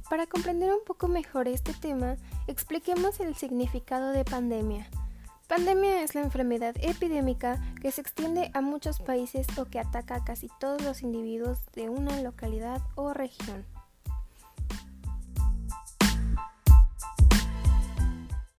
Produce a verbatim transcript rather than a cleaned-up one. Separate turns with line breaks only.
Para comprender un poco mejor este tema, expliquemos el significado de pandemia. Pandemia es la enfermedad epidémica que se extiende a muchos países o que ataca a casi todos los individuos de una localidad o región.